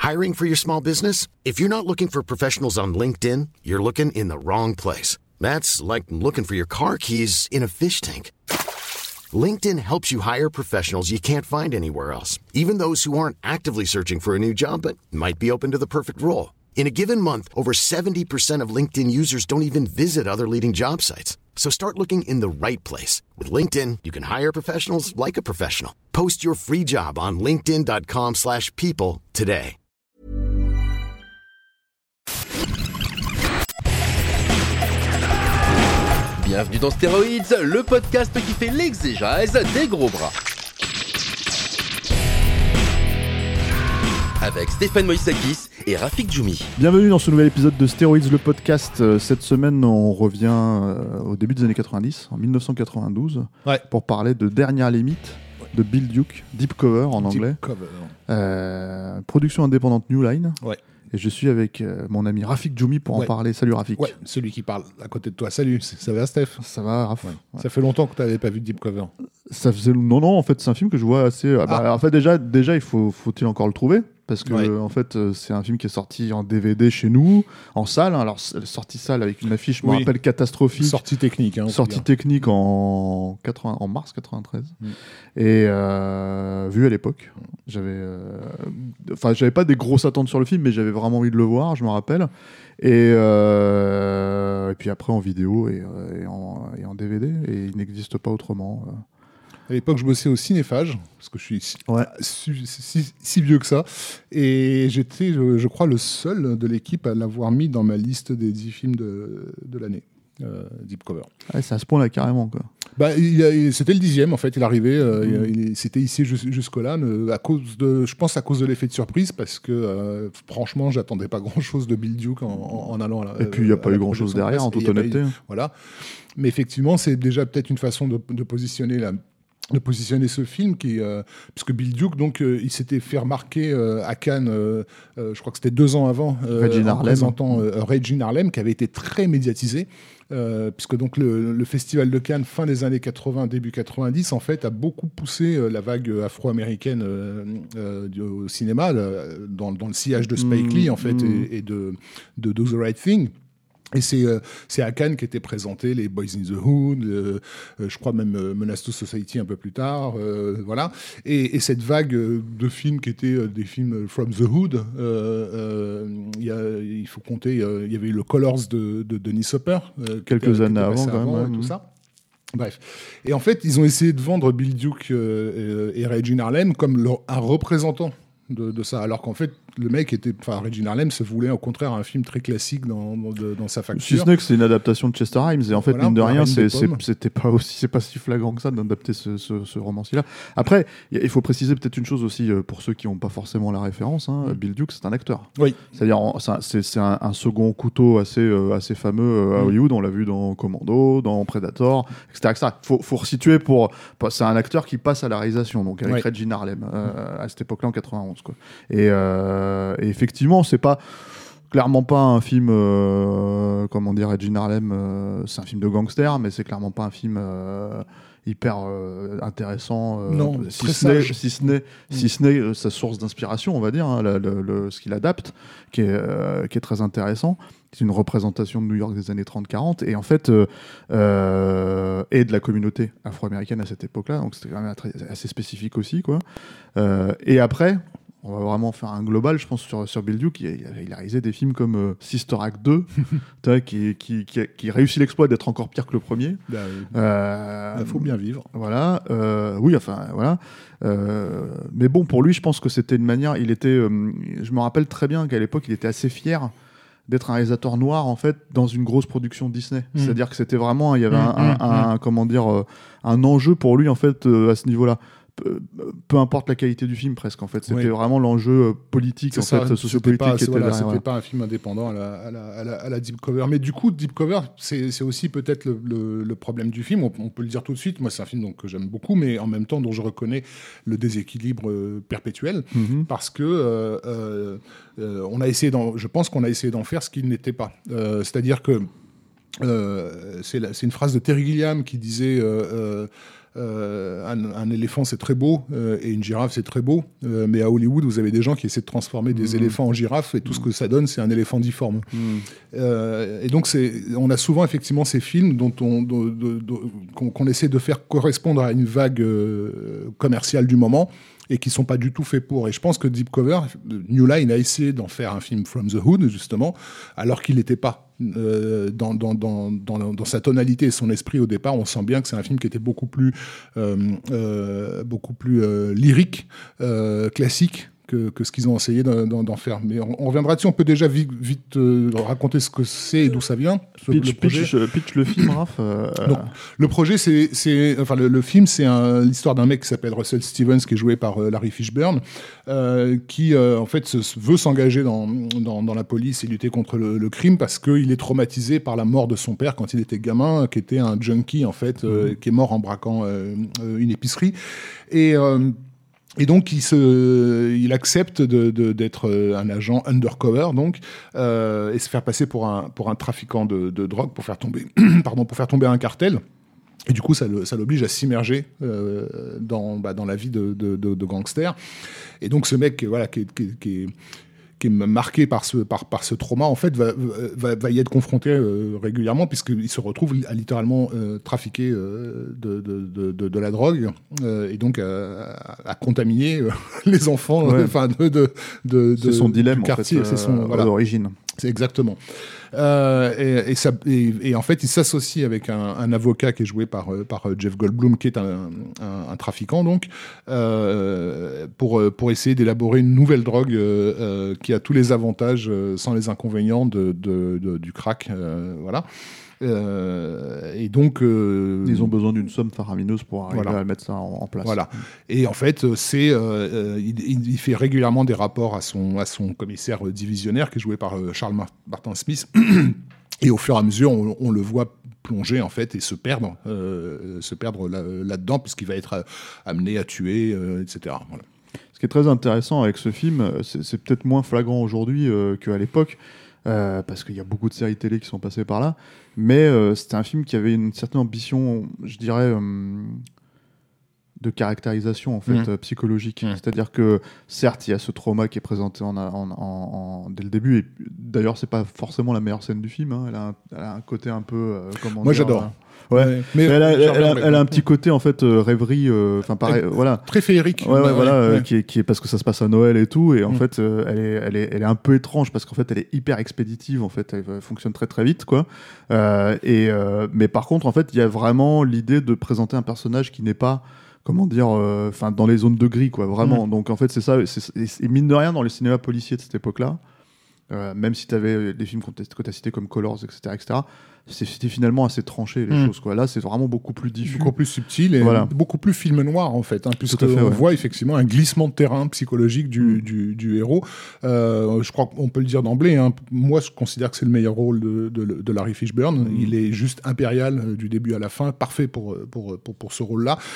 Hiring for your small business? If you're not looking for professionals on LinkedIn, you're looking in the wrong place. That's like looking for your car keys in a fish tank. LinkedIn helps you hire professionals you can't find anywhere else, even those who aren't actively searching for a new job but might be open to the perfect role. In a given month, over 70% of LinkedIn users don't even visit other leading job sites. So start looking in the right place. With LinkedIn, you can hire professionals like a professional. Post your free job on linkedin.com/people today. Bienvenue dans Stéroïdes, le podcast qui fait l'exégèse des gros bras. Avec Stéphane Moïsakis et Rafik Djoumi. Bienvenue dans ce nouvel épisode de Stéroïdes, le podcast. Cette semaine, on revient au début des années 90, en 1992, pour parler de Dernière Limite de Bill Duke, Deep Cover en anglais. Production indépendante New Line. Ouais. Et je suis avec mon ami Rafik Djoumi pour en parler. Salut Rafik. Ouais, celui qui parle à côté de toi. Salut, ça va Steph? Ça va Raf? Ouais. Ça fait longtemps que tu n'avais pas vu Deep Cover. Ça faisait... Non, en fait, c'est un film que je vois assez... en fait, déjà il faut-il encore le trouver? Parce que en fait, c'est un film qui est sorti en DVD chez nous, en salle. Alors, sortie salle avec une affiche, je me rappelle, catastrophique. Sortie technique. Sortie technique en mars 93. Et vu à l'époque, j'avais pas des grosses attentes sur le film, mais j'avais vraiment envie de le voir, je me rappelle. Et puis après en vidéo et en DVD. Et il n'existe pas autrement. À l'époque, je bossais au Cinéphage, parce que je suis si vieux que ça. Et j'étais, je crois, le seul de l'équipe à l'avoir mis dans ma liste des 10 films de l'année, Deep Cover. Ouais, c'est à ce point-là, carrément, quoi. C'était le 10e, en fait. Il arrivait, il s'était hissé jusque-là, je pense à cause de l'effet de surprise, parce que, franchement, j'attendais pas grand-chose de Bill Duke en allant à la... Et puis, il n'y a pas eu grand-chose derrière, en toute honnêteté. Voilà. Mais effectivement, c'est déjà peut-être une façon de positionner ce film puisque Bill Duke, donc, il s'était fait remarquer à Cannes, je crois que c'était 2 ans avant, en présentant Regine Harlem, qui avait été très médiatisé, puisque donc le festival de Cannes fin des années 80, début 90, en fait, a beaucoup poussé la vague afro-américaine au cinéma, dans le sillage de Spike Lee, en fait, et de Do the Right Thing. Et c'est à Cannes qu'étaient présentés les Boys in the Hood, je crois même Menace to Society un peu plus tard, voilà. Et cette vague de films qui étaient des films from the Hood, il faut compter, il y avait eu le Colors de Dennis Hopper, quelques années avant, quand même, tout ça. Bref. Et en fait, ils ont essayé de vendre Bill Duke et Regine Harlem comme un représentant de ça, alors qu'en fait Regine Harlem se voulait au contraire un film très classique dans sa facture. Si ce n'est que c'est une adaptation de Chester Himes, et en fait, mine de rien, c'est pas si flagrant que ça d'adapter ce romancier-là. Après, il faut préciser peut-être une chose aussi pour ceux qui n'ont pas forcément la référence. Bill Duke, c'est un acteur. Oui. C'est-à-dire, c'est un second couteau assez fameux à Hollywood. On l'a vu dans Commando, dans Predator, etc. Faut resituer c'est un acteur qui passe à la réalisation, donc avec Regine Harlem à cette époque-là en 91, quoi. Et effectivement, c'est clairement pas un film, Regine Harlem, c'est un film de gangster, mais c'est clairement pas un film hyper intéressant, non, si ce n'est sa source d'inspiration, on va dire, ce qu'il adapte, qui est très intéressant. C'est une représentation de New York des années 30-40, et en fait, et de la communauté afro-américaine à cette époque-là, donc c'était quand même assez spécifique aussi, quoi. Et après, on va vraiment faire un global, je pense, sur Bill Duke. Il a réalisé des films comme Sister Act 2, qui réussit l'exploit d'être encore pire que le premier. Il faut bien vivre. Voilà. Voilà. Mais bon, pour lui, je pense que c'était une manière... je me rappelle très bien qu'à l'époque, il était assez fier d'être un réalisateur noir, en fait, dans une grosse production Disney. C'est-à-dire que c'était vraiment... Il y avait un enjeu pour lui, en fait, à ce niveau-là. Peu importe la qualité du film, presque, en fait. C'était vraiment l'enjeu politique, sociopolitique qui était derrière. C'était pas un film indépendant à la Deep Cover. Mais du coup, Deep Cover, c'est aussi peut-être le problème du film. On peut le dire tout de suite. Moi, c'est un film que j'aime beaucoup, mais en même temps, dont je reconnais le déséquilibre perpétuel. Parce que je pense qu'on a essayé d'en faire ce qu'il n'était pas. C'est-à-dire que c'est une phrase de Terry Gilliam qui disait... un éléphant c'est très beau et une girafe c'est très beau, mais à Hollywood vous avez des gens qui essaient de transformer des éléphants en girafes et tout ce que ça donne c'est un éléphant difforme. Et donc on a souvent effectivement ces films qu'on essaie de faire correspondre à une vague commerciale du moment et qui sont pas du tout faits pour. Et je pense que Deep Cover, New Line a essayé d'en faire un film From the Hood, justement, alors qu'il n'était pas dans sa tonalité et son esprit au départ. On sent bien que c'est un film qui était beaucoup plus lyrique, classique, que ce qu'ils ont essayé d'en faire. Mais on reviendra dessus. On peut déjà vite raconter ce que c'est et d'où ça vient. Pitch le film, Raph. Donc, le projet, le film, c'est l'histoire d'un mec qui s'appelle Russell Stevens, qui est joué par Larry Fishburne, qui en fait veut s'engager dans la police et lutter contre le crime parce qu'il est traumatisé par la mort de son père quand il était gamin, qui était un junkie en fait, qui est mort en braquant une épicerie. Et donc il accepte d'être un agent undercover donc et se faire passer pour un trafiquant de drogue pour faire tomber un cartel. Et du coup ça l'oblige à s'immerger dans la vie de gangster. Et donc ce mec qui est marqué par ce trauma, en fait, va y être confronté régulièrement, puisqu'il se retrouve à littéralement trafiquer de la drogue, et donc à contaminer les enfants, c'est son dilemme, du quartier. En fait, d'origine. C'est exactement. Et en fait, il s'associe avec un avocat qui est joué par Jeff Goldblum, qui est un trafiquant, donc, pour essayer d'élaborer une nouvelle drogue qui a tous les avantages sans les inconvénients du crack. Voilà. Et donc ils ont besoin d'une somme faramineuse pour arriver à mettre ça en place. Voilà. Et en fait, il fait régulièrement des rapports à son commissaire divisionnaire qui est joué par Charles Martin Smith. Et au fur et à mesure, on le voit plonger en fait et se perdre là-dedans, puisqu'il va être amené à tuer, etc. Voilà. Ce qui est très intéressant avec ce film, c'est peut-être moins flagrant aujourd'hui qu'à l'époque. Parce qu'il y a beaucoup de séries télé qui sont passées par là, mais c'était un film qui avait une certaine ambition, je dirais, de caractérisation en fait, psychologique. C'est-à-dire que certes, il y a ce trauma qui est présenté dès le début, et d'ailleurs, c'est pas forcément la meilleure scène du film. Hein. Elle a un côté un peu, moi j'adore. Ouais, mais elle a un petit côté en fait rêverie, pareil, voilà, très féerique. Qui est parce que ça se passe à Noël et tout, et en fait elle est un peu étrange parce qu'en fait elle est hyper expéditive, en fait elle fonctionne très très vite quoi. Mais par contre en fait il y a vraiment l'idée de présenter un personnage qui n'est pas dans les zones de gris quoi, vraiment. Donc en fait c'est ça, et mine de rien dans le cinéma policier de cette époque-là, même si tu avais des films que tu as cités comme Colors, etc., c'était finalement assez tranché les choses quoi. Là c'est vraiment beaucoup plus diffus, beaucoup plus subtil et beaucoup plus film noir en fait, puisqu'on voit effectivement un glissement de terrain psychologique du héros. Je crois qu'on peut le dire d'emblée, hein. Moi je considère que c'est le meilleur rôle de Larry Fishburne. Il est juste impérial du début à la fin, parfait pour ce rôle là,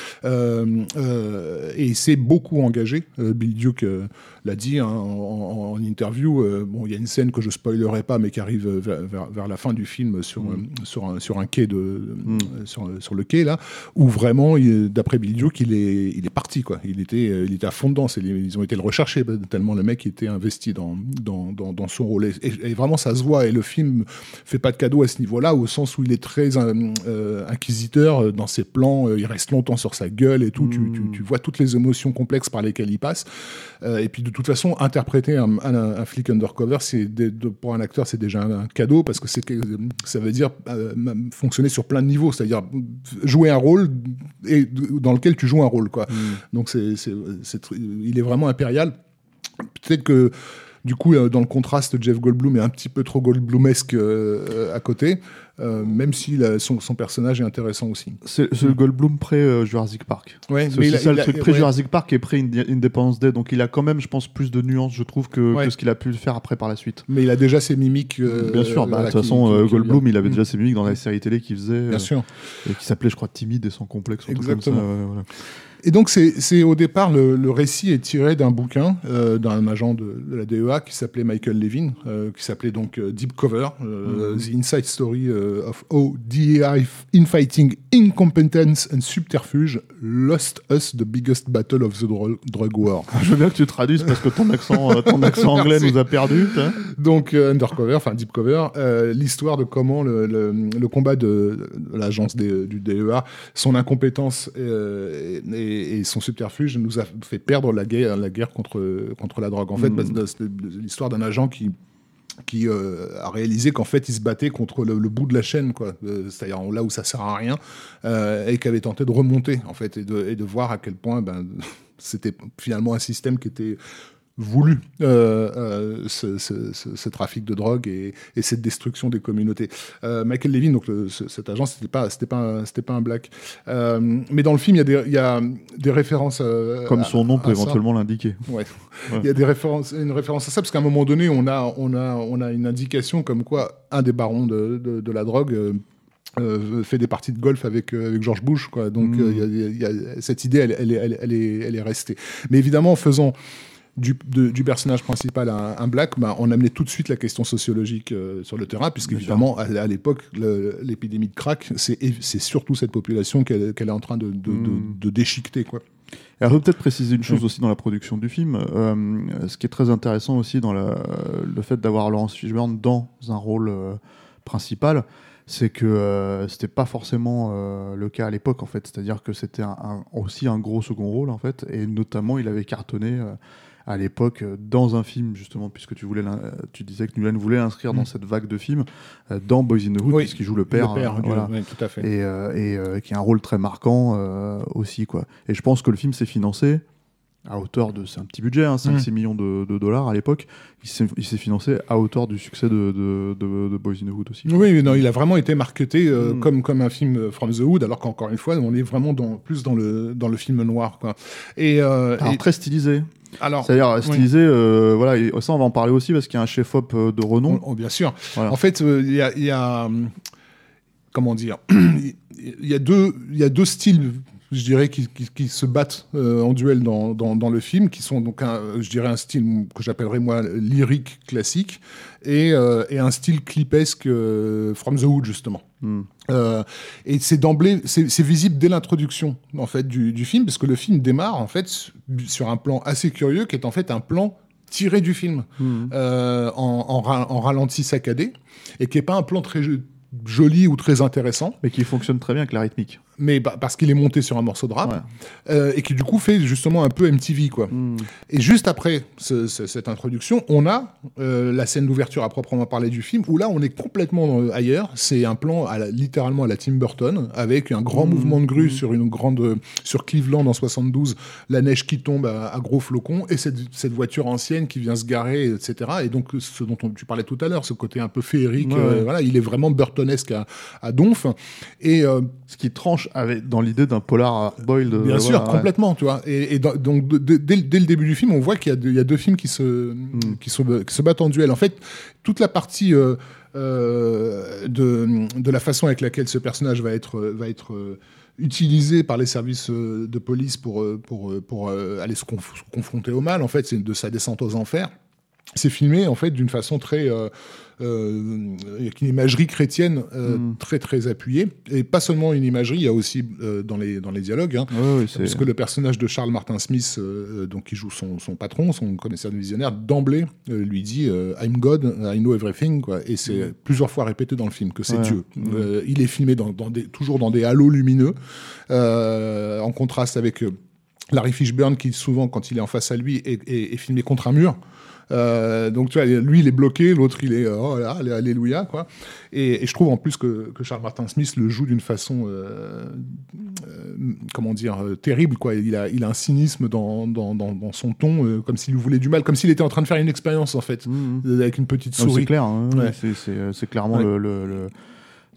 et il s'est beaucoup engagé. Bill Duke l'a dit en interview. Il y a une scène que je spoilerai pas mais qui arrive vers la fin du film sur un quai sur le quai là, où vraiment d'après Bill Duke il est parti quoi. Il était à fond dedans. Ils ont été le rechercher tellement le mec était investi dans son rôle, et vraiment ça se voit, et le film fait pas de cadeau à ce niveau-là, au sens où il est très inquisiteur dans ses plans. Il reste longtemps sur sa gueule et tout. Tu vois toutes les émotions complexes par lesquelles il passe, et puis de toute façon interpréter un flic undercover, pour un acteur c'est déjà un cadeau, parce que ça veut dire fonctionner sur plein de niveaux, c'est-à-dire jouer un rôle et dans lequel tu joues un rôle quoi. Donc il est vraiment impérial. Peut-être que du coup dans le contraste, Jeff Goldblum est un petit peu trop Goldblumesque à côté, même si son personnage est intéressant aussi. C'est le Goldblum pré-Jurassic Park. Ouais, c'est aussi ça le truc, pré-Jurassic Park et pré-Independence Day, donc il a quand même, je pense, plus de nuances, je trouve, que ce qu'il a pu faire après par la suite. Mais il a déjà ses mimiques. Bien sûr, de toute façon, Goldblum, il avait déjà ses mimiques dans la série télé qu'il faisait. Bien sûr. Et qui s'appelait, je crois, Timide et sans complexe. Exactement. Comme ça, voilà. Et donc, c'est au départ, le récit est tiré d'un bouquin d'un agent de la DEA qui s'appelait Michael Levin, qui s'appelait donc Deep Cover, The Inside Story of How DEI Infighting Incompetence and Subterfuge Lost Us the Biggest Battle of the Drug War. Je veux bien que tu traduises parce que ton accent anglais nous a perdu. Donc, Undercover, enfin Deep Cover, l'histoire de comment le combat de l'agence du DEA, son incompétence et son subterfuge nous a fait perdre la guerre contre la drogue. En fait, c'est l'histoire d'un agent qui a réalisé qu'en fait il se battait contre le bout de la chaîne, quoi, c'est-à-dire là où ça sert à rien, et qui avait tenté de remonter en fait et de voir à quel point c'était finalement un système qui était voulu, ce trafic de drogue et cette destruction des communautés. Michael Levin, donc cet agent, c'était pas un black. Mais dans le film, il y a des références. Comme son nom peut éventuellement l'indiquer. Ouais. Il y a une référence à ça, parce qu'à un moment donné, on a une indication comme quoi un des barons de la drogue fait des parties de golf avec George Bush, quoi. Donc il y a cette idée, elle est restée. Mais évidemment, en faisant du personnage principal à un black, on amenait tout de suite la question sociologique sur le terrain, puisqu'évidemment, à l'époque, l'épidémie de crack, c'est surtout cette population qu'elle est en train de déchiqueter, quoi. Alors, je veux peut-être préciser une chose aussi dans la production du film. Ce qui est très intéressant aussi dans le fait d'avoir Laurence Fishburne dans un rôle principal, c'est que c'était pas forcément le cas à l'époque, en fait. C'est-à-dire que c'était aussi un gros second rôle, en fait, et notamment il avait cartonné à l'époque dans un film, justement, puisque tu disais que Nuland voulait l'inscrire dans cette vague de films, dans Boys in the Hood, puisqu'il joue le père, voilà. Oui, tout à fait. Et qui a un rôle très marquant aussi, quoi. Et je pense que le film s'est financé à hauteur de, c'est un petit budget, 5-6 millions de dollars à l'époque, il s'est financé à hauteur du succès de Boys in the Hood aussi. Oui, non, il a vraiment été marketé comme un film From the Hood, alors qu'encore une fois, on est vraiment plus dans le film noir, quoi. Alors, très stylisé. Alors, c'est-à-dire stylisé, voilà, et ça on va en parler aussi parce qu'il y a un chef-op de renom. Oh, bien sûr. Voilà. En fait, il y a comment dire, il y a deux styles, je dirais, qui se battent en duel dans le film, qui sont donc je dirais un style que j'appellerais moi lyrique classique et un style clipesque From the Hood, justement. Et c'est d'emblée, c'est visible dès l'introduction en fait du film, parce que le film démarre en fait sur un plan assez curieux qui est en fait un plan tiré du film en ralenti saccadé, et qui est pas un plan très joli ou très intéressant, mais qui fonctionne très bien avec la rythmique. Mais parce qu'il est monté sur un morceau de rap, et qui du coup fait justement un peu MTV, quoi. Et juste après cette introduction, on a la scène d'ouverture à proprement parler du film, où là on est complètement ailleurs. C'est un plan littéralement à la Tim Burton, avec un grand mouvement de grue sur Cleveland en 72, la neige qui tombe à gros flocons, et cette voiture ancienne qui vient se garer, etc. Et donc ce dont tu parlais tout à l'heure, ce côté un peu féerique, voilà, il est vraiment burtonesque à donf. Et ce qui tranche dans l'idée d'un polar Boyle. Bien sûr, complètement, tu vois. Et donc, dès le début du film, on voit qu'il y a deux films qui se battent en duel. En fait, toute la partie de la façon avec laquelle ce personnage va être utilisé par les services de police pour aller se confronter au mal, en fait, c'est de sa descente aux enfers. C'est filmé, en fait, d'une façon très... avec une imagerie chrétienne très très appuyée, et pas seulement une imagerie, il y a aussi dans les dialogues, parce que le personnage de Charles Martin Smith, donc qui joue son patron, son commissaire divisionnaire, d'emblée lui dit I'm God, I know everything, quoi. Et c'est plusieurs fois répété dans le film que c'est Dieu. Il est filmé toujours dans des halos lumineux, en contraste avec Larry Fishburne, qui souvent, quand il est en face à lui, est filmé contre un mur. Donc tu vois, lui il est bloqué, l'autre il est oh là, alléluia, quoi. Et je trouve en plus que Charles Martin Smith le joue d'une façon comment dire, terrible, quoi. Il a un cynisme dans son ton, comme s'il lui voulait du mal, comme s'il était en train de faire une expérience, en fait, avec une petite souris. C'est clair, hein, c'est clairement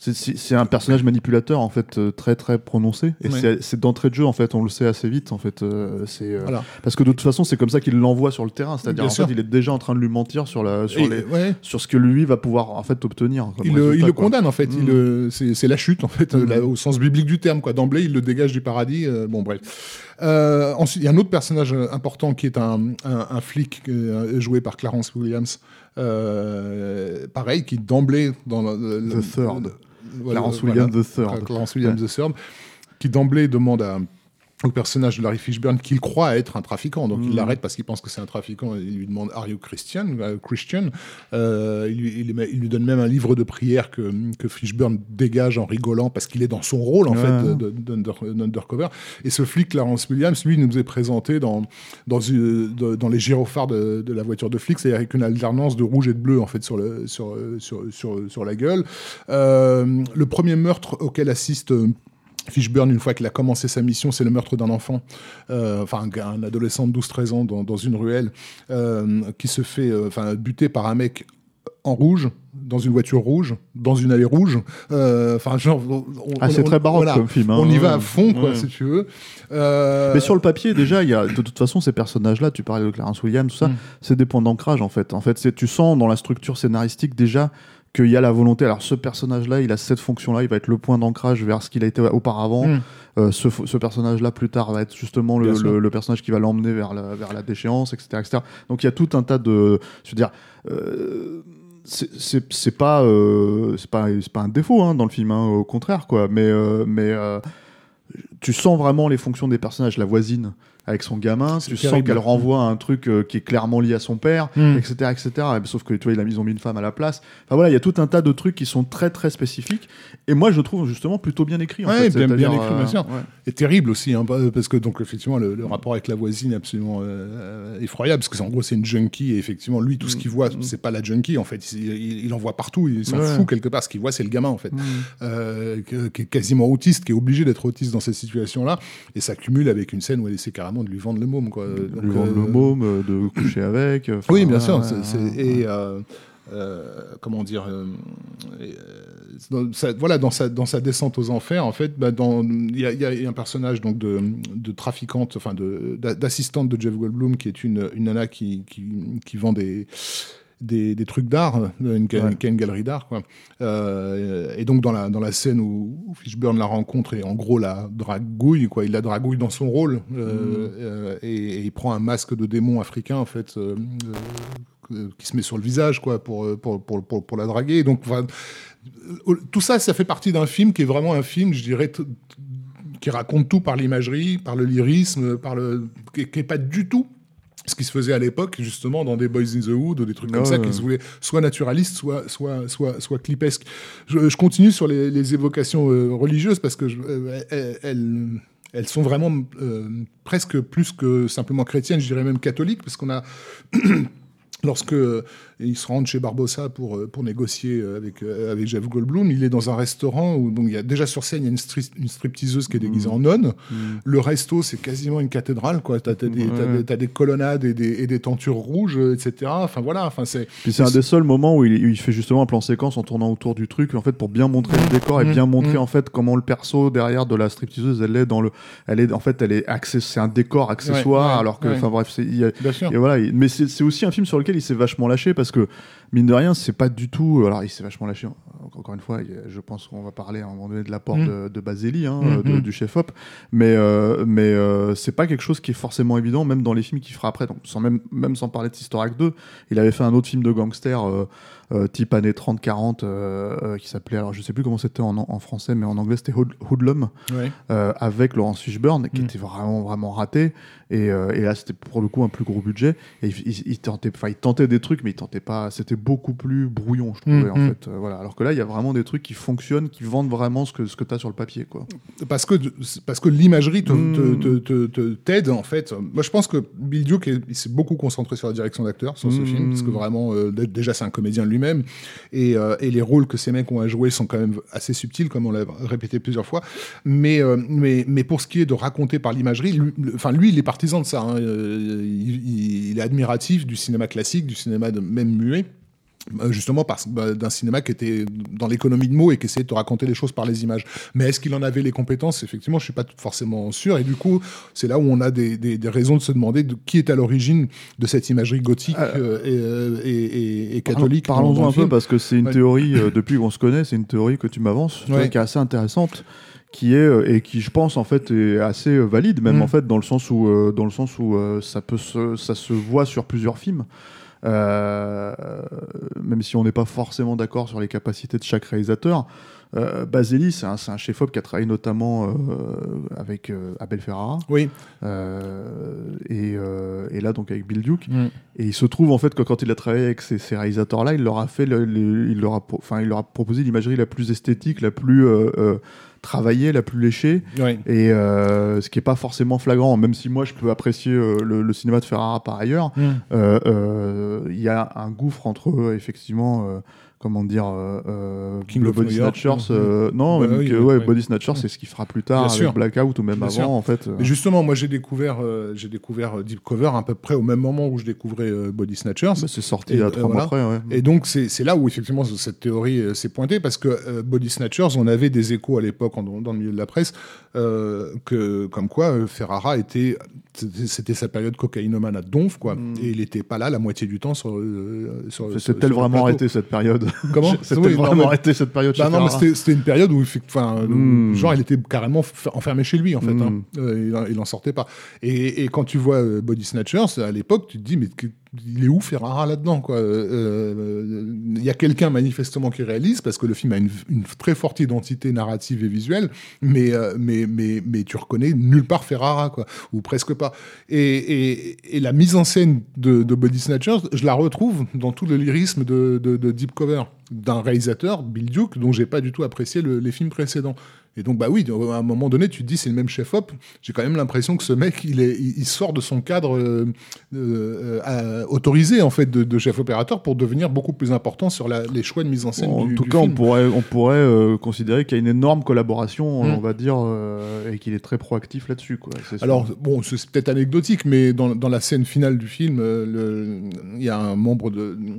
C'est un personnage manipulateur en fait très très prononcé et c'est d'entrée de jeu en fait, on le sait assez vite en fait, parce que de toute façon c'est comme ça qu'il l'envoie sur le terrain, c'est-à-dire en fait il est déjà en train de lui mentir sur ce que lui va pouvoir en fait obtenir. Il le condamne en fait, c'est la chute en fait, au sens biblique du terme quoi. D'emblée il le dégage du paradis. Bon bref. Ensuite il y a un autre personnage important qui est un flic joué par Clarence Williams. Pareil, qui d'emblée dans The Third. Clarence Williams the Third, qui d'emblée demande au personnage de Larry Fishburne qu'il croit être un trafiquant, donc il l'arrête parce qu'il pense que c'est un trafiquant, il lui demande Are you Christian? Il lui donne même un livre de prière que Fishburne dégage en rigolant parce qu'il est dans son rôle en fait d'undercover. Et ce flic Clarence Williams, lui, nous est présenté dans les gyrophares de la voiture de flic, c'est-à-dire avec une alternance de rouge et de bleu en fait sur la gueule. Le premier meurtre auquel assiste Fishburne, une fois qu'il a commencé sa mission, c'est le meurtre d'un enfant, un adolescent de 12-13 ans dans une ruelle, qui se fait buter par un mec en rouge, dans une voiture rouge, dans une allée rouge. C'est très baroque comme film. On y va à fond, quoi, si tu veux. Mais sur le papier, déjà, il y a de toute façon ces personnages-là. Tu parlais de Clarence Williams, tout ça, c'est des points d'ancrage en fait. En fait, tu sens dans la structure scénaristique déjà qu'il y a la volonté. Alors ce personnage-là, il a cette fonction-là, il va être le point d'ancrage vers ce qu'il a été auparavant. Ce personnage-là, plus tard, va être justement le personnage qui va l'emmener vers la déchéance, etc. Donc il y a tout un tas de... Je veux dire... c'est pas un défaut dans le film, au contraire, quoi. Mais tu sens vraiment les fonctions des personnages. La voisine avec son gamin, tu sens qu'elle renvoie à un truc qui est clairement lié à son père, etc. Sauf que tu vois, ils ont mis une femme à la place. Enfin voilà, il y a tout un tas de trucs qui sont très très spécifiques. Et moi, je trouve justement plutôt bien écrit. Bien écrit, bien sûr. Et terrible aussi, parce que donc effectivement, le rapport avec la voisine est absolument effroyable, parce que en gros, c'est une junkie. Et effectivement, lui, tout ce qu'il voit, c'est pas la junkie en fait. Il en voit partout. Il s'en fout quelque part. Ce qu'il voit, c'est le gamin en fait, qui est quasiment autiste, qui est obligé d'être autiste dans cette situation-là. Et ça cumule avec une scène où elle essaie carrément de lui vendre le môme, quoi. De lui vendre le môme, de coucher avec. Oui, bien sûr. Comment dire, dans sa descente aux enfers, en fait, il y a un personnage donc de trafiquante, d'assistante de Jeff Goldblum, qui est une nana qui vend des trucs d'art, qui a une galerie d'art, quoi. Et donc dans la scène où Fishburne la rencontre et en gros la dragouille, quoi, il la dragouille dans son rôle, et il prend un masque de démon africain en fait, qui se met sur le visage, quoi, pour la draguer. Et donc tout ça fait partie d'un film qui est vraiment un film, je dirais, qui raconte tout par l'imagerie, par le lyrisme, qui est pas du tout ce qui se faisait à l'époque, justement, dans des Boys in the Hood ou des trucs comme ça, qui se voulaient soit naturalistes, soit clipesques. Je continue sur les évocations religieuses, parce que elles sont vraiment presque plus que simplement chrétiennes, je dirais même catholiques, parce qu'on a... Lorsque il se rend chez Barbossa pour négocier avec Jeff Goldblum, il est dans un restaurant où donc il y a déjà sur scène il y a une stripteaseuse qui est déguisée en nonne. Le resto c'est quasiment une cathédrale, quoi. T'as des colonnades et des tentures rouges, etc. Enfin voilà. Puis c'est un des seuls moments où il fait justement un plan séquence en tournant autour du truc, en fait, pour bien montrer le décor et bien montrer en fait comment le perso derrière de la stripteaseuse elle est c'est un décor accessoire, alors que enfin bref et voilà. Mais c'est aussi un film sur lequel il s'est vachement lâché, parce que mine de rien c'est pas du tout, alors il s'est vachement lâché, encore une fois, je pense qu'on va parler à un moment donné de l'apport de Baselli, du chef-op, mais c'est pas quelque chose qui est forcément évident, même dans les films qu'il fera après. Donc sans parler de Sister Act 2, il avait fait un autre film de gangster type années 30-40 qui s'appelait, alors je sais plus comment c'était en français, mais en anglais c'était Hoodlum, avec Laurence Fishburne, qui était vraiment vraiment raté, et là c'était pour le coup un plus gros budget, et il tentait des trucs, mais il tentait pas, c'était beaucoup plus brouillon, je trouvais, en fait, voilà. Alors que là il y a vraiment des trucs qui fonctionnent, qui vendent vraiment ce que tu as sur le papier, quoi. Parce que l'imagerie t'aide, en fait. Moi je pense que Bill Duke il s'est beaucoup concentré sur la direction d'acteur sur ce film, parce que vraiment déjà c'est un comédien lui-même, et les rôles que ces mecs ont à jouer sont quand même assez subtils, comme on l'a répété plusieurs fois, mais pour ce qui est de raconter par l'imagerie, lui il est partisan de ça, il est admiratif du cinéma classique, du cinéma même muet, justement d'un cinéma qui était dans l'économie de mots et qui essayait de te raconter les choses par les images. Mais est-ce qu'il en avait les compétences? Effectivement, je suis pas forcément sûr. Et du coup, c'est là où on a des raisons de se demander qui est à l'origine de cette imagerie gothique et catholique. Parlons-en un peu, parce que c'est une théorie, depuis qu'on se connaît, c'est une théorie que tu m'avances, qui est assez intéressante, qui est et qui, je pense, en fait, est assez valide, même en fait, dans le sens où ça se voit sur plusieurs films. Même si on n'est pas forcément d'accord sur les capacités de chaque réalisateur, Baseli, c'est un chef-op qui a travaillé notamment avec Abel Ferrara, oui, et là donc avec Bill Duke. Et il se trouve en fait que quand il a travaillé avec ces réalisateurs-là, il leur a proposé l'imagerie la plus esthétique, la plus travaillée, la plus léchée, et ce qui est pas forcément flagrant, même si moi je peux apprécier le cinéma de Ferrara par ailleurs. Il y a un gouffre entre effectivement comment dire, King of Body Snatchers, Body Snatchers, c'est ce qu'il fera plus tard avec Blackout ou même avant en fait. Mais justement, moi j'ai découvert Deep Cover à peu près au même moment où je découvrais Body Snatchers. C'est sorti il y a 3 mois après. Ouais. Et donc c'est là où effectivement cette théorie s'est pointée, parce que Body Snatchers, on avait des échos à l'époque dans le milieu de la presse comme quoi Ferrara c'était sa période cocaïnomane à donf, quoi, et il n'était pas là la moitié du temps sur C'est-elle vraiment arrêté cette période? Comment? C'était vraiment arrêté cette période chez non, mais c'était une période où genre il était carrément enfermé chez lui en fait. Il en sortait pas. Et quand tu vois Body Snatchers à l'époque, tu te dis mais il est où Ferrara là-dedans, quoi? Il y a quelqu'un manifestement qui réalise, parce que le film a une très forte identité narrative et visuelle, mais tu reconnais nulle part Ferrara, quoi, ou presque pas. Et la mise en scène de Body Snatchers, je la retrouve dans tout le lyrisme de Deep Cover, d'un réalisateur, Bill Duke, dont j'ai pas du tout apprécié les films précédents. Et donc, bah oui, à un moment donné, tu te dis, c'est le même chef-op. J'ai quand même l'impression que ce mec, il sort de son cadre autorisé, en fait, de chef opérateur, pour devenir beaucoup plus important sur les choix de mise en scène du film. En tout cas, on pourrait considérer qu'il y a une énorme collaboration, on va dire, et qu'il est très proactif là-dessus, quoi. Alors, bon, c'est peut-être anecdotique, mais dans la scène finale du film, il y a un membre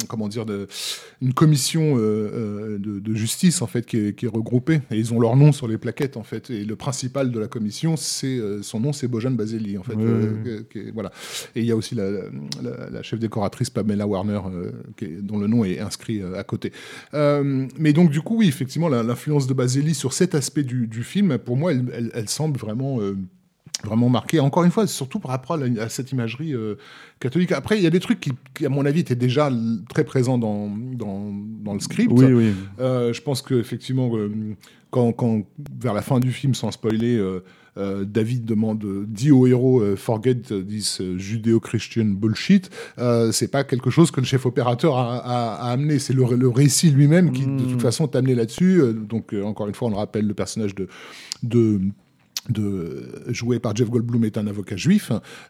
une commission de justice, en fait, qui est regroupée, et ils ont leur nom sur les plaquettes, en fait, et le principal de la commission, son nom, c'est Bojan Baseli, en fait. Voilà. Et il y a aussi la chef décoratrice Pamela Warner, dont le nom est inscrit à côté. Mais donc, du coup, oui, effectivement, l'influence de Baseli sur cet aspect du film, pour moi, elle semble vraiment marquée. Encore une fois, surtout par rapport à cette imagerie catholique. Après, il y a des trucs qui, à mon avis, étaient déjà très présents dans le script. Oui. Je pense qu'effectivement, quand vers la fin du film, sans spoiler, David dit au héros forget this judéo-christian bullshit, c'est pas quelque chose que le chef opérateur a amené, c'est le récit lui-même qui de toute façon t'a amené là-dessus. Donc encore une fois, on le rappelle, le personnage joué par Jeff Goldblum est un avocat juif.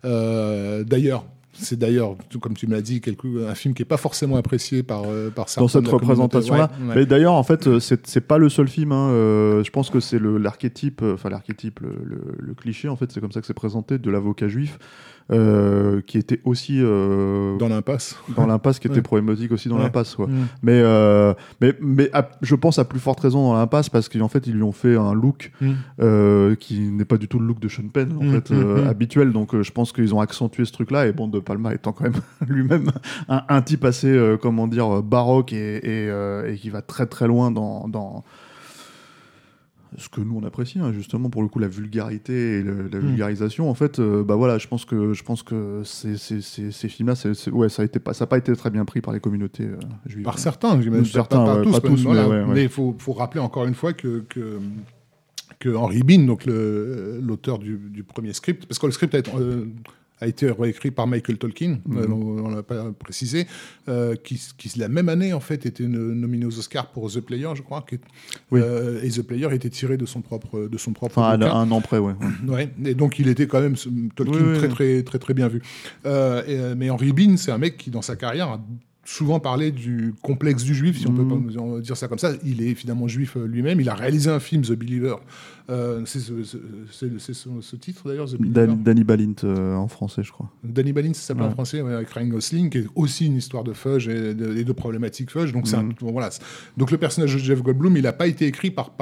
C'est d'ailleurs, comme tu me l'as dit, un film qui n'est pas forcément apprécié par certains. Dans cette représentation-là. Ouais. Mais d'ailleurs, en fait, c'est pas le seul film. Je pense que c'est l'archétype, le cliché, en fait, c'est comme ça que c'est présenté, de l'avocat juif, qui était aussi dans l'impasse. Dans l'impasse, qui était problématique aussi dans l'impasse. Ouais. Mais je pense à plus forte raison dans l'impasse, parce qu'en fait, ils lui ont fait un look qui n'est pas du tout le look de Sean Penn, en fait, habituel. Donc, je pense qu'ils ont accentué ce truc-là. Et bon, De Palma étant quand même lui-même un type assez, baroque et qui va très très loin dans ce que nous on apprécie, justement, pour le coup, la vulgarité et la vulgarisation. En fait, je pense que ces films-là, ça n'a pas été très bien pris par les communautés juives. Par certains, j'imagine. Certains, pas tous, mais il faut rappeler encore une fois que Henry Bean, donc l'auteur du premier script, parce que le script a été réécrit par Michael Tolkien, on l'a pas précisé, qui la même année en fait était nominé aux Oscars pour The Player, je crois, et The Player était tiré de son propre enfin, bouquin. Un an près, ouais. Et donc il était quand même Tolkien très très très très bien vu. Mais Henry Bean, c'est un mec qui dans sa carrière a souvent parlé du complexe du juif, si on peut pas dire ça comme ça. Il est évidemment juif lui-même. Il a réalisé un film, The Believer. C'est ce titre d'ailleurs, The Believer. Danny Balint en français, je crois. Danny Balint, ça s'appelle en français, avec Ryan Gosling, qui est aussi une histoire de fudge et de problématiques fudge. Donc, voilà. Donc le personnage de Jeff Goldblum, il n'a pas été écrit par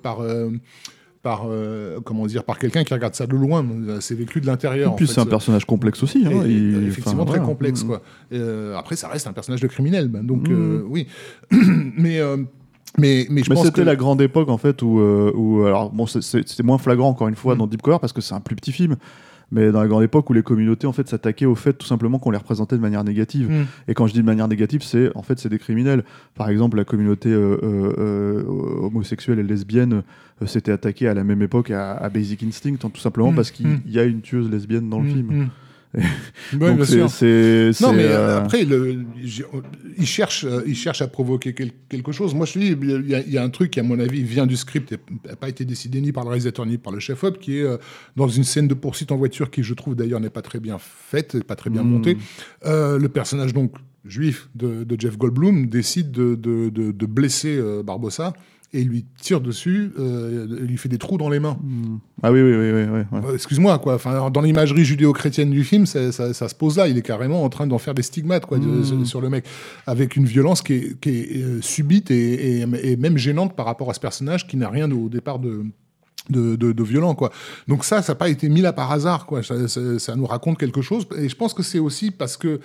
quelqu'un qui regarde ça de loin. C'est vécu de l'intérieur. Et puis c'est un personnage complexe aussi. Hein, effectivement, très complexe. Quoi. Après, ça reste un personnage de criminel. Donc, oui. mais je pense c'était que... la grande époque, en fait, où alors, bon, c'était moins flagrant, encore une fois, dans Deep Cover, parce que c'est un plus petit film. Mais dans la grande époque où les communautés en fait s'attaquaient au fait tout simplement qu'on les représentait de manière négative. Et quand je dis de manière négative, c'est des criminels. Par exemple, la communauté homosexuelle et lesbienne s'était attaquée à la même époque à Basic Instinct, tout simplement parce qu'il y a une tueuse lesbienne dans le film. Ouais, donc bien sûr. Non, mais après, il cherche à provoquer quelque chose. Moi, je te dis, il y a un truc qui, à mon avis, vient du script et n'a pas été décidé ni par le réalisateur ni par le chef-op, qui est dans une scène de poursuite en voiture qui, je trouve, d'ailleurs, n'est pas très bien faite, pas très bien montée. Le personnage, donc, juif de Jeff Goldblum décide de blesser Barbossa. Et il lui tire dessus, il lui fait des trous dans les mains. Ah oui. Excuse-moi, quoi. Enfin, dans l'imagerie judéo-chrétienne du film, ça se pose là. Il est carrément en train d'en faire des stigmates, quoi, sur le mec, avec une violence qui est subite et même gênante par rapport à ce personnage qui n'a rien au départ de violent, quoi. Donc ça n'a pas été mis là par hasard, quoi. Ça nous raconte quelque chose. Et je pense que c'est aussi parce que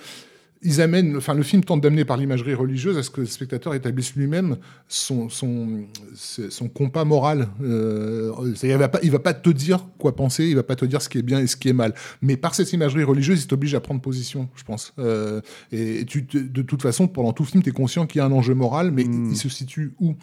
le film tente d'amener par l'imagerie religieuse à ce que le spectateur établisse lui-même son compas moral. Il va pas te dire quoi penser, il va pas te dire ce qui est bien et ce qui est mal. Mais par cette imagerie religieuse, il t'oblige à prendre position, je pense. Et de toute façon, pendant tout le film, tu es conscient qu'il y a un enjeu moral, mais il se situe où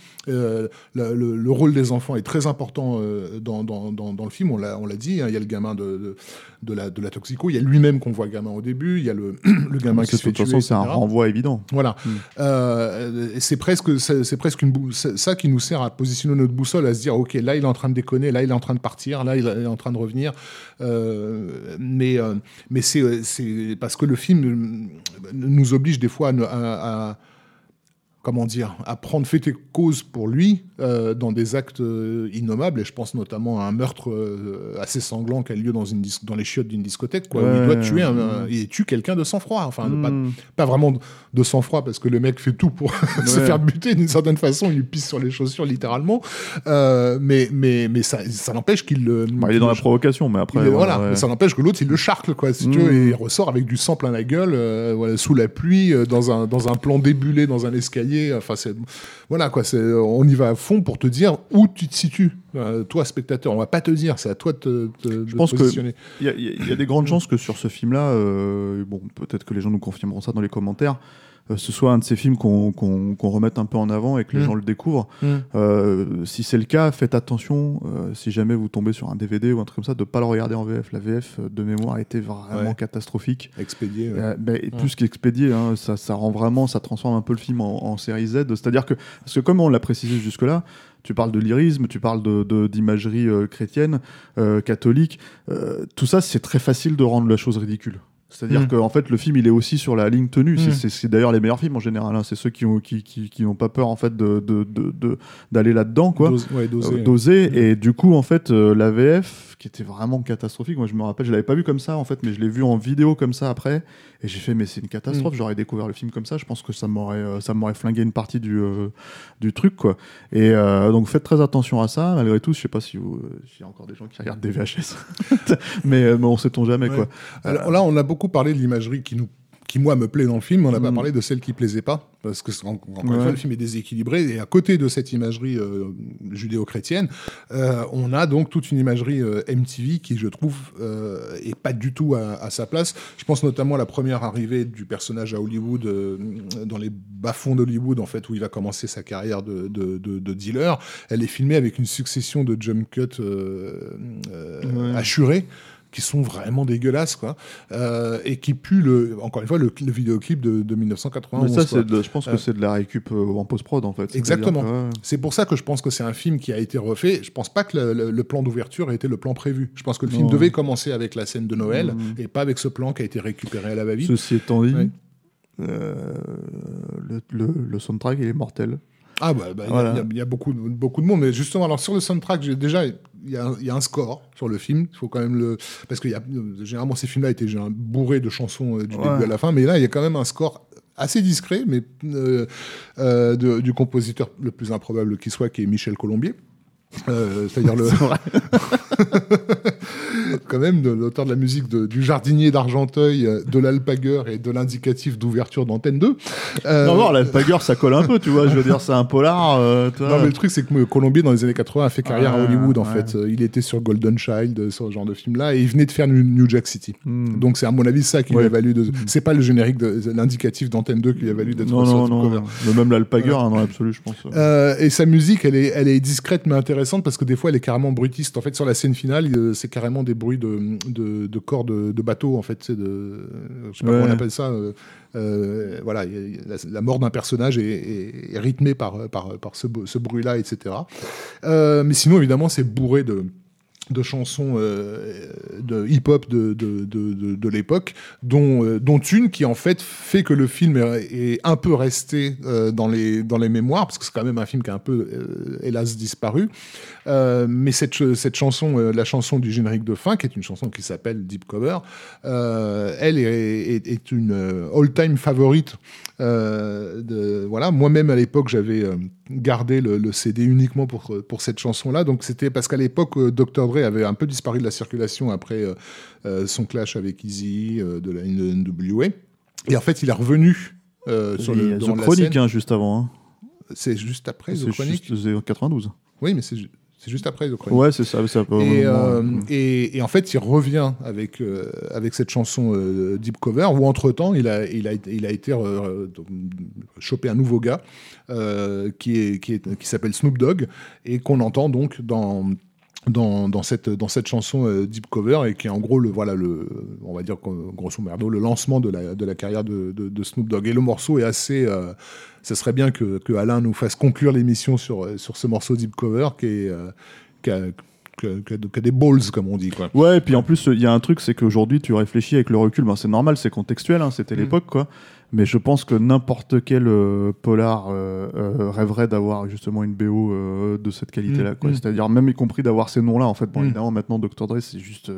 le rôle des enfants est très important dans le film. On l'a dit, hein, il y a le gamin de la toxico, il y a lui-même qu'on voit gamin au début, il y a le gamin qui se fait tuer, de toute façon, c'est un renvoi évident. Voilà. C'est presque ça qui nous sert à positionner notre boussole, à se dire, ok, là il est en train de déconner, là il est en train de partir, là il est en train de revenir. Mais c'est parce que le film nous oblige des fois à prendre fait et cause pour lui dans des actes innommables, et je pense notamment à un meurtre assez sanglant qui a lieu dans les chiottes d'une discothèque, quoi, où il doit tuer il tue quelqu'un de sang-froid, enfin pas vraiment de sang-froid, parce que le mec fait tout pour se faire buter d'une certaine façon, il lui pisse sur les chaussures littéralement, mais ça n'empêche qu'il il est dans la provocation, mais après mais ça n'empêche que l'autre il le charcle, quoi, si tu veux, et il ressort avec du sang plein la gueule, sous la pluie, dans un plan débulé dans un escalier. Enfin, on y va à fond pour te dire où tu te situes, toi spectateur. On va pas te dire, c'est à toi de je pense positionner. Il y a des grandes chances que sur ce film-là, peut-être que les gens nous confirmeront ça dans les commentaires, ce soit un de ces films qu'on remette un peu en avant et que les gens le découvrent. Si c'est le cas, faites attention, si jamais vous tombez sur un DVD ou un truc comme ça, de ne pas le regarder en VF. La VF, de mémoire, était vraiment catastrophique. Expédié. Plus qu'expédié, hein, ça rend vraiment, ça transforme un peu le film en série Z. C'est-à-dire que, parce que comme on l'a précisé jusque-là, tu parles de lyrisme, tu parles d'imagerie chrétienne, catholique, tout ça, c'est très facile de rendre la chose ridicule. C'est-à-dire qu'en fait, le film, il est aussi sur la ligne tenue. C'est d'ailleurs les meilleurs films en général. Hein. C'est ceux qui n'ont pas peur en fait d'aller là-dedans, quoi. D'oser. Et du coup, en fait, la VF, qui était vraiment catastrophique. Moi, je me rappelle, je l'avais pas vu comme ça, en fait, mais je l'ai vu en vidéo comme ça après. Et j'ai fait, mais c'est une catastrophe. J'aurais découvert le film comme ça. Je pense que ça m'aurait flingué une partie du truc, quoi. Et donc, faites très attention à ça. Malgré tout, je sais pas s'il y a encore des gens qui regardent des VHS, mais on sait-on jamais, quoi. Alors là, on a beaucoup parlé de l'imagerie qui, moi, me plaît dans le film. On n'a pas parlé de celle qui plaisait pas, parce que, encore une fois, le film est déséquilibré. Et à côté de cette imagerie judéo-chrétienne, on a donc toute une imagerie MTV qui, je trouve, est pas du tout à sa place. Je pense notamment à la première arrivée du personnage à Hollywood, dans les bas-fonds d'Hollywood, en fait, où il va commencer sa carrière de dealer. Elle est filmée avec une succession de jump cuts assurés, qui sont vraiment dégueulasses, quoi, et qui puent encore une fois le vidéoclip de 1991. Mais ça, je pense que c'est de la récup en post-prod, en fait. Exactement. C'est pour ça que je pense que c'est un film qui a été refait. Je pense pas que le plan d'ouverture ait été le plan prévu. Je pense que le film devait commencer avec la scène de Noël et pas avec ce plan qui a été récupéré à la va-vite. Ceci étant dit... le soundtrack, il est mortel. Ah voilà. Il y a beaucoup de monde, mais justement, alors sur le soundtrack, il y a un score sur le film. Il faut quand même parce que généralement ces films-là étaient bourrés de chansons du début à la fin, mais là il y a quand même un score assez discret, mais du compositeur le plus improbable qui soit, qui est Michel Colombier. C'est-à-dire quand même l'auteur de la musique du Jardinier d'Argenteuil, de l'Alpagueur et de l'indicatif d'ouverture d'Antenne 2. Non, l'Alpagueur, ça colle un peu, tu vois. Je veux dire, c'est un polar. Non, mais le truc, c'est que Colombier, dans les années 80, a fait carrière à Hollywood, en fait. Il était sur Golden Child, sur ce genre de film-là, et il venait de faire New Jack City. Donc, c'est à mon avis ça qui lui a valu c'est pas le générique de l'indicatif d'Antenne 2 qui lui a valu d'être sur le cover. Non, même l'Alpagueur, dans l'absolu, je pense. Et sa musique, elle est discrète mais intéressante parce que des fois elle est carrément brutiste. En fait, sur la scène finale, c'est carrément des bruits de corps de bateau, en fait. Je sais pas comment on appelle ça. Voilà, la mort d'un personnage est rythmée par ce bruit-là, etc. Mais sinon, évidemment, c'est bourré de chansons de hip-hop de l'époque, dont une qui en fait que le film est un peu resté dans les mémoires, parce que c'est quand même un film qui a un peu hélas disparu, mais cette chanson, la chanson du générique de fin, qui est une chanson qui s'appelle Deep Cover, elle est une all-time favorite. Voilà, moi-même à l'époque j'avais gardé le CD uniquement pour cette chanson-là, donc c'était parce qu'à l'époque Dr. Dre avait un peu disparu de la circulation après son clash avec Eazy de la NWA, et en fait il est revenu sur le devant de la Chronique, scène. Juste avant. Hein. C'est juste après The Chronic. C'est 92. Oui, mais c'est juste après The Chronic. Ouais, c'est ça. Et en fait, il revient avec cette chanson Deep Cover, où entre-temps, il a été chopé un nouveau gars qui s'appelle Snoop Dogg, et qu'on entend donc dans cette chanson Deep Cover, et qui est en gros on va dire grosso merdo le lancement de la carrière de Snoop Dogg. Et le morceau est assez ça serait bien que Alain nous fasse conclure l'émission sur ce morceau Deep Cover qui a des balls, comme on dit, quoi. Ouais, et puis en plus il y a un truc, c'est qu'aujourd'hui tu réfléchis avec le recul, c'est normal, c'est contextuel, hein, c'était l'époque, quoi. Mais je pense que n'importe quel polar rêverait d'avoir justement une BO de cette qualité-là, quoi. C'est-à-dire même y compris d'avoir ces noms-là, en fait. Bon, évidemment, maintenant, Dr. Dre, c'est juste...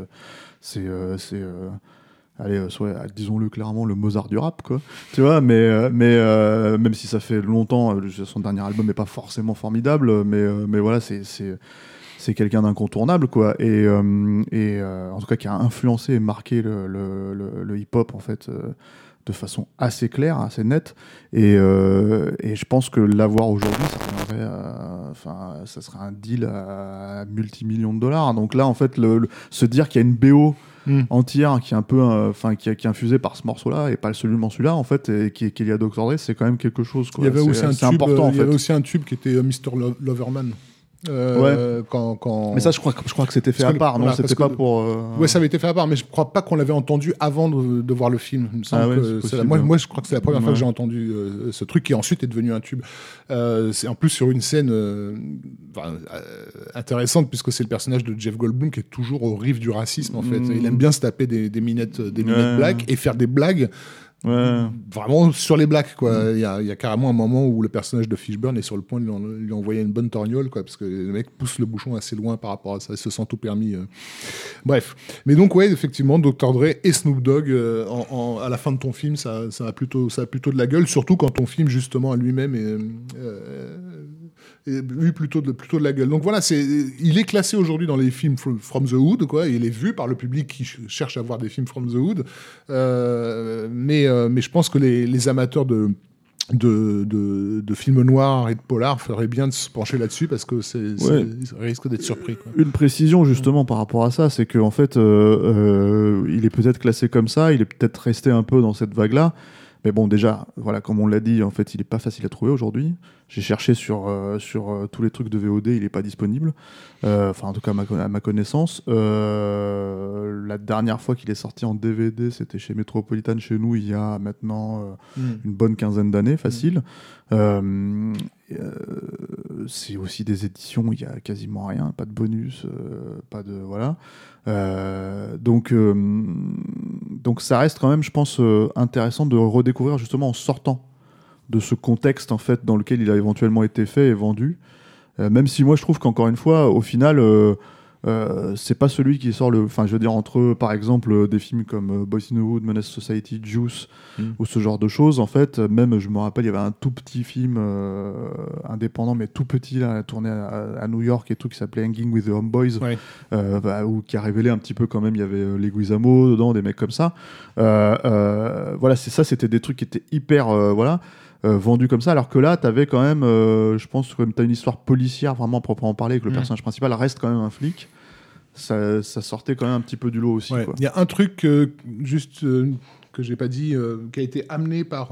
allez, disons-le clairement, le Mozart du rap, quoi. Tu vois, mais même si ça fait longtemps, son dernier album n'est pas forcément formidable, mais voilà, c'est quelqu'un d'incontournable, quoi. Et en tout cas, qui a influencé et marqué le hip-hop, en fait... de façon assez claire, assez nette, et je pense que l'avoir aujourd'hui, ça serait un deal à multimillions de dollars. Donc là, en fait, se dire qu'il y a une BO entière qui est un peu, qui est infusée par ce morceau-là, et pas seulement celui-là, en fait, et qui est lié à Dr. Dre, c'est quand même quelque chose, quoi. Il y avait aussi important, en fait. Il y avait aussi un tube qui était Mr. Loverman. Mais ça, je crois que c'était fait à part, non? C'était pas pour. Ouais, ça avait été fait à part, mais je crois pas qu'on l'avait entendu avant de voir le film. Il me semble que moi, je crois que c'est la première fois que j'ai entendu ce truc, qui ensuite est devenu un tube. C'est en plus sur une scène intéressante, puisque c'est le personnage de Jeff Goldblum qui est toujours au riff du racisme, en fait. Il aime bien se taper des minettes black et faire des blagues. Vraiment sur les blacks, quoi. Il y a carrément un moment où le personnage de Fishburne est sur le point de lui envoyer une bonne torgnole, quoi, parce que le mec pousse le bouchon assez loin par rapport à ça, il se sent tout permis. Bref, mais donc effectivement, Dr. Dre et Snoop Dogg à la fin de ton film, ça a plutôt de la gueule, surtout quand ton film justement à lui-même est plutôt de la gueule. Donc voilà, il est classé aujourd'hui dans les films from the hood, quoi. Il est vu par le public qui cherche à voir des films from the hood, mais je pense que les amateurs de films noirs et de polar feraient bien de se pencher là-dessus, parce que ça risque d'être surpris, quoi. Une précision justement par rapport à ça, c'est qu'en fait il est peut-être classé comme ça, il est peut-être resté un peu dans cette vague-là. Mais bon, déjà, voilà, comme on l'a dit, en fait, il n'est pas facile à trouver aujourd'hui. J'ai cherché sur tous les trucs de VOD, il n'est pas disponible. Enfin, en tout cas, à ma connaissance. La dernière fois qu'il est sorti en DVD, c'était chez Metropolitan, chez nous, il y a maintenant une bonne quinzaine d'années, facile. c'est aussi des éditions où il y a quasiment rien, pas de bonus, pas de voilà. Donc ça reste quand même, je pense, intéressant de redécouvrir justement en sortant de ce contexte en fait dans lequel il a éventuellement été fait et vendu. Même si moi je trouve qu'encore une fois, au final, c'est pas celui qui sort le. Enfin, je veux dire, entre par exemple des films comme Boys in the Hood, Menace Society, Juice ou ce genre de choses, en fait, même je me rappelle, il y avait un tout petit film indépendant, mais tout petit, là, tourné à New York et tout, qui s'appelait Hanging with the Homeboys, ou qui a révélé un petit peu quand même, il y avait Leguizamo dedans, des mecs comme ça. Voilà, c'était des trucs qui étaient hyper. Vendu comme ça, alors que là t'avais quand même je pense que t'as une histoire policière vraiment proprement parler, que le personnage principal reste quand même un flic, ça sortait quand même un petit peu du lot aussi. Il y a un truc que j'ai pas dit, qui a été amené par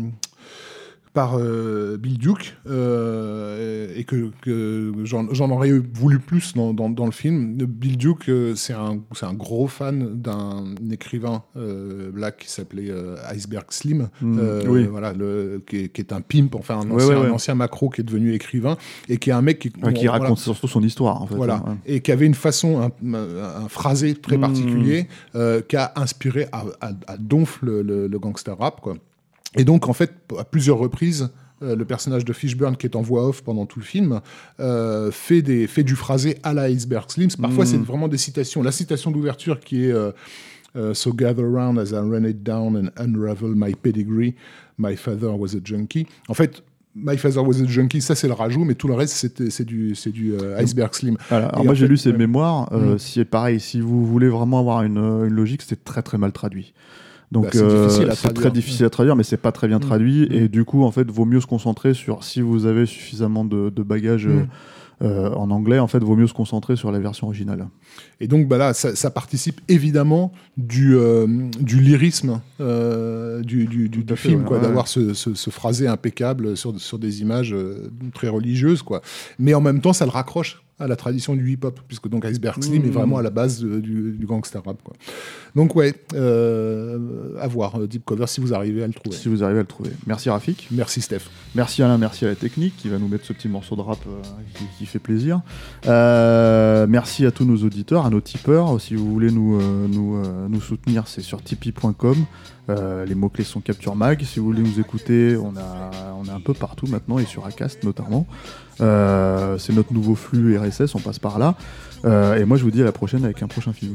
Bill Duke, et que j'en aurais voulu plus dans le film. Bill Duke, c'est un gros fan d'un écrivain black qui s'appelait Iceberg Slim, voilà, qui est un pimp, enfin un ancien macro qui est devenu écrivain, et qui est un mec qui raconte surtout son histoire en fait. Voilà, et qui avait une façon, un phrasé très particulier, qui a inspiré à donf le gangster rap, quoi. Et donc, en fait, à plusieurs reprises, le personnage de Fishburne, qui est en voix off pendant tout le film, fait du phrasé à la Iceberg Slim. Parfois, c'est vraiment des citations. La citation d'ouverture qui est So gather round as I run it down and unravel my pedigree. My father was a junkie. En fait, My Father Was a Junkie, ça c'est le rajout, mais tout le reste c'est du Iceberg Slim. Voilà. Alors moi j'ai lu ses mémoires, si vous voulez vraiment avoir une logique, c'est très très mal traduit. Donc c'est très difficile à traduire, mais c'est pas très bien traduit, et du coup en fait vaut mieux se concentrer sur, si vous avez suffisamment de bagages en anglais, en fait vaut mieux se concentrer sur la version originale. Et donc là ça participe évidemment du lyrisme du film, quoi, d'avoir ce phrasé impeccable sur des images très religieuses, quoi. Mais en même temps ça le raccroche à la tradition du hip-hop, puisque donc Iceberg Slim est vraiment à la base du gangster rap, quoi. Donc à voir Deep Cover si vous arrivez à le trouver. Merci Rafik. Merci Steph. Merci Alain, merci à la technique qui va nous mettre ce petit morceau de rap qui fait plaisir. Merci à tous nos auditeurs, à nos tipeurs. Si vous voulez nous soutenir, c'est sur tipeee.com. Les mots-clés sont Capture Mag. Si vous voulez nous écouter, on est un peu partout maintenant, et sur Acast notamment. C'est notre nouveau flux RSS, on passe par là. Et moi je vous dis à la prochaine avec un prochain film.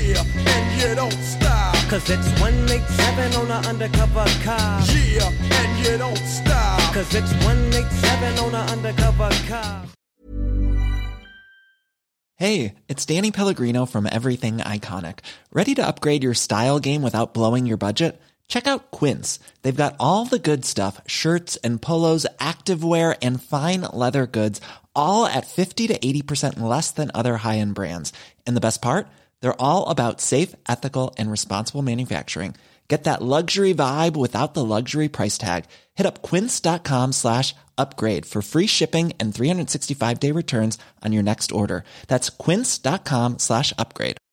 Cause it's 187 on an undercover car. Yeah, and you don't stop. Cause it's 187 on an undercover car. Hey, it's Danny Pellegrino from Everything Iconic. Ready to upgrade your style game without blowing your budget? Check out Quince. They've got all the good stuff, shirts and polos, activewear, and fine leather goods, all at 50 to 80% less than other high-end brands. And the best part? They're all about safe, ethical, and responsible manufacturing. Get that luxury vibe without the luxury price tag. Hit up quince.com/upgrade for free shipping and 365-day returns on your next order. That's quince.com/upgrade.